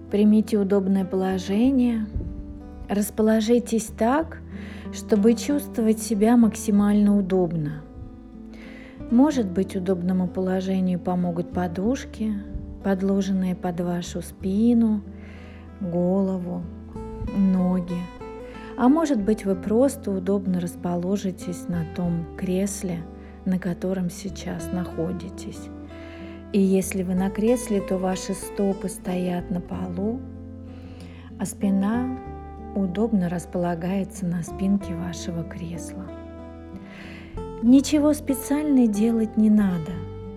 Примите удобное положение, расположитесь так, чтобы чувствовать себя максимально удобно. Может быть, удобному положению помогут подушки, подложенные под вашу спину, голову, ноги. А может быть, вы просто удобно расположитесь на том кресле, на котором сейчас находитесь. И если вы на кресле, то ваши стопы стоят на полу, а спина удобно располагается на спинке вашего кресла. Ничего специально делать не надо.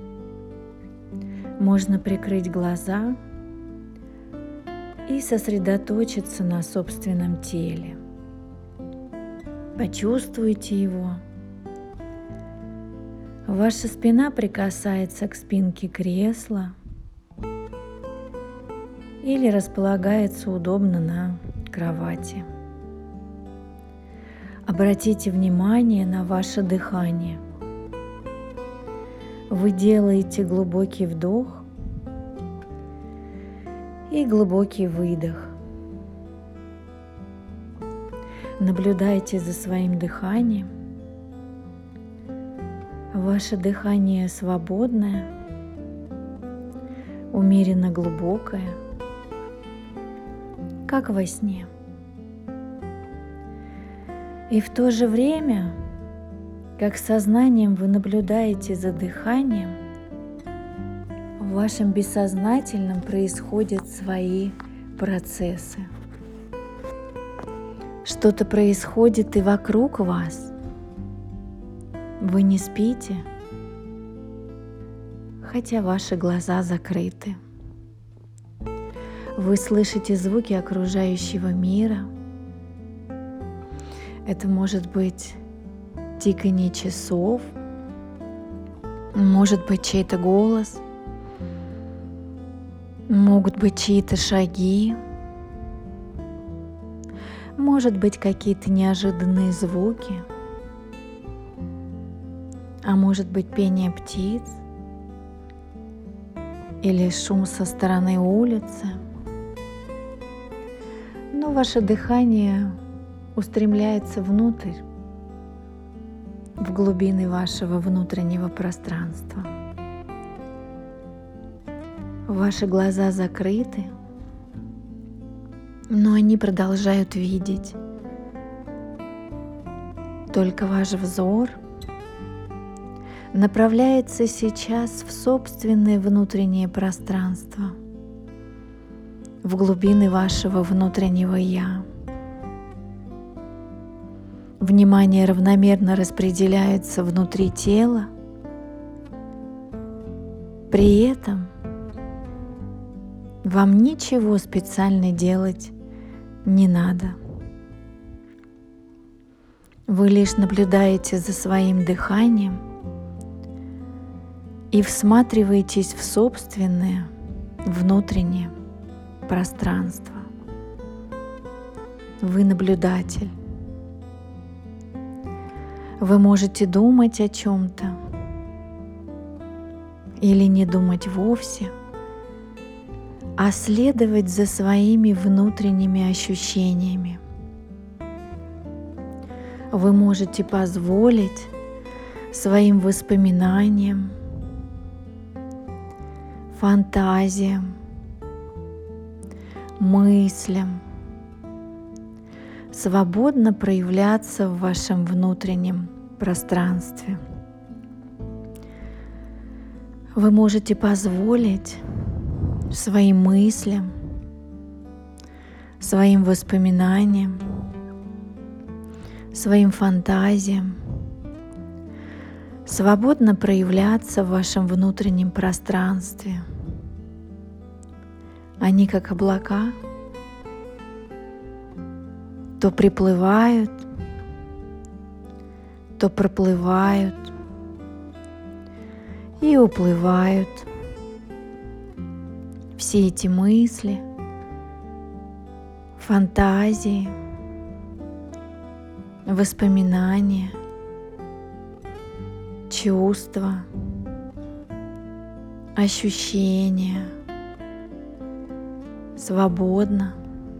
Можно прикрыть глаза и сосредоточиться на собственном теле. Почувствуйте его. Ваша спина прикасается к спинке кресла или располагается удобно на кровати. Обратите внимание на ваше дыхание. Вы делаете глубокий вдох и глубокий выдох. Наблюдайте за своим дыханием. Ваше дыхание свободное, умеренно глубокое, как во сне. И в то же время, как сознанием вы наблюдаете за дыханием, в вашем бессознательном происходят свои процессы. Что-то происходит и вокруг вас. Вы не спите, хотя ваши глаза закрыты. Вы слышите звуки окружающего мира. Это может быть тиканье часов, может быть чей-то голос, могут быть чьи-то шаги, может быть какие-то неожиданные звуки, а может быть пение птиц или шум со стороны улицы. Но ваше дыхание устремляется внутрь, в глубины вашего внутреннего пространства. Ваши глаза закрыты, но они продолжают видеть. Только ваш взор направляется сейчас в собственное внутреннее пространство, в глубины вашего внутреннего «Я». Внимание равномерно распределяется внутри тела. При этом вам ничего специально делать не надо. Вы лишь наблюдаете за своим дыханием и всматриваетесь в собственное внутреннее пространство. Вы наблюдатель. Вы можете думать о чем-то или не думать вовсе, а следовать за своими внутренними ощущениями. Вы можете позволить своим воспоминаниям, фантазиям, мыслям свободно проявляться в вашем внутреннем пространстве. Вы можете позволить своим мыслям, своим воспоминаниям, своим фантазиям свободно проявляться в вашем внутреннем пространстве. Они, как облака, то приплывают, то проплывают и уплывают. Все эти мысли, фантазии, воспоминания, чувства, ощущения свободно,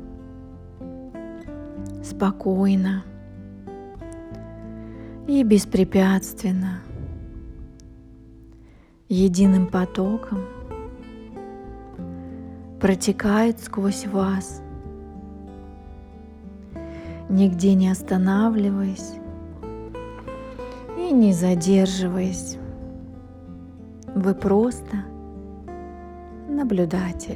спокойно и беспрепятственно, единым потоком протекает сквозь вас, нигде не останавливаясь и не задерживаясь. Вы просто наблюдатель.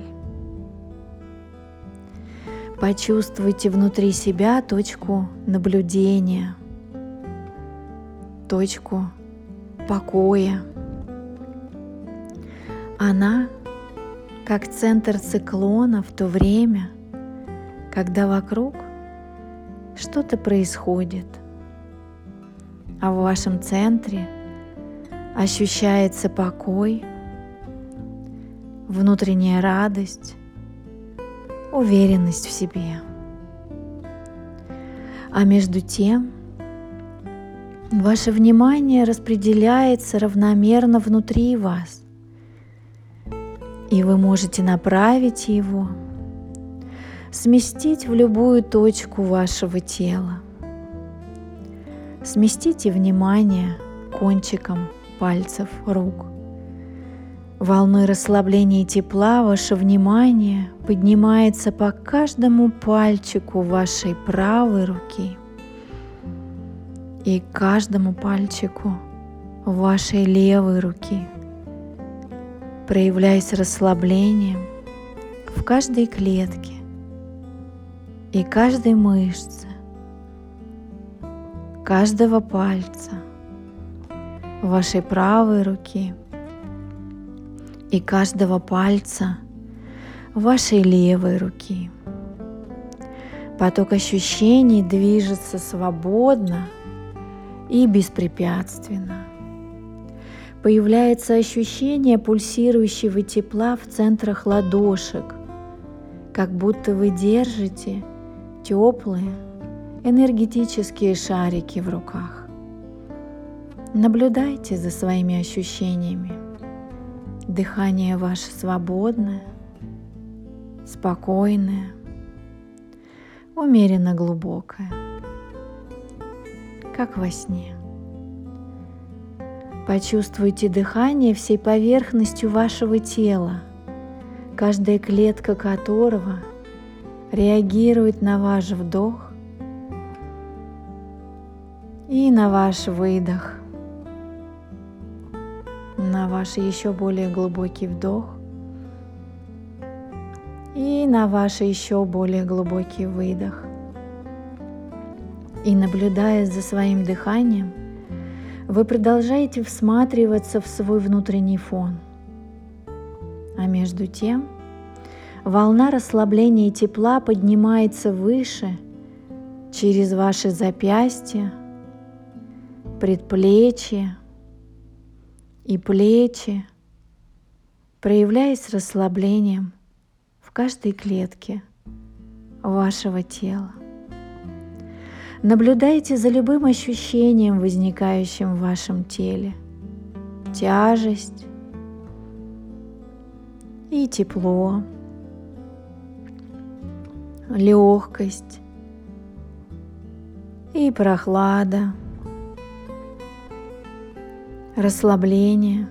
Почувствуйте внутри себя точку наблюдения, точку покоя. Она как центр циклона в то время, когда вокруг что-то происходит, а в вашем центре ощущается покой, внутренняя радость, уверенность в себе. А между тем, ваше внимание распределяется равномерно внутри вас, и вы можете направить его, сместить в любую точку вашего тела. Сместите внимание кончиком пальцев рук. Волной расслабления и тепла ваше внимание поднимается по каждому пальчику вашей правой руки и каждому пальчику вашей левой руки, проявляясь расслаблением в каждой клетке и каждой мышце, каждого пальца вашей правой руки и каждого пальца вашей левой руки. Поток ощущений движется свободно и беспрепятственно. Появляется ощущение пульсирующего тепла в центрах ладошек, как будто вы держите теплые энергетические шарики в руках. Наблюдайте за своими ощущениями. Дыхание ваше свободное, спокойное, умеренно глубокое, как во сне. Почувствуйте дыхание всей поверхностью вашего тела, каждая клетка которого реагирует на ваш вдох и на ваш выдох, на ваш еще более глубокий вдох и на ваш еще более глубокий выдох. И наблюдая за своим дыханием, вы продолжаете всматриваться в свой внутренний фон. А между тем, волна расслабления и тепла поднимается выше через ваши запястья, предплечья и плечи, проявляясь расслаблением в каждой клетке вашего тела. Наблюдайте за любым ощущением, возникающим в вашем теле. Тяжесть и тепло, легкость и прохлада, расслабление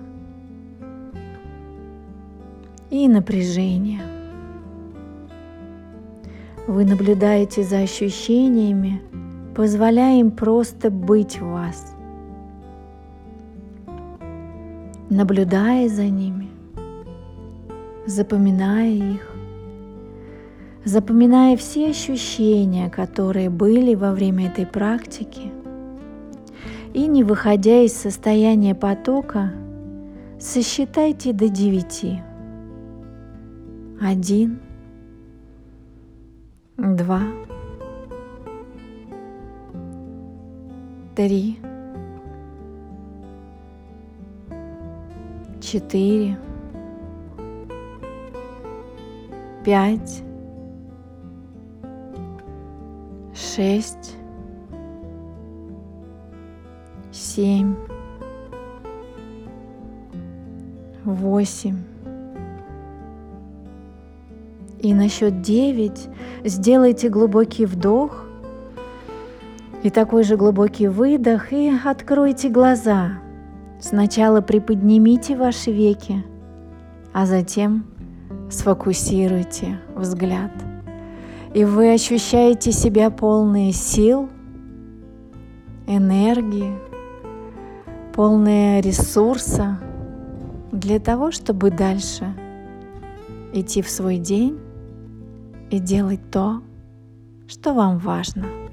и напряжение. Вы наблюдаете за ощущениями, позволяя им просто быть в вас. Наблюдая за ними, запоминая их, запоминая все ощущения, которые были во время этой практики, и не выходя из состояния потока, сосчитайте до 9. 1, 2, 3, 4, 5, 6, 7, 8 И на счет 9 сделайте глубокий вдох и такой же глубокий выдох, и откройте глаза. Сначала приподнимите ваши веки, а затем сфокусируйте взгляд. И вы ощущаете себя полные сил, энергии, полные ресурса для того, чтобы дальше идти в свой день и делать то, что вам важно.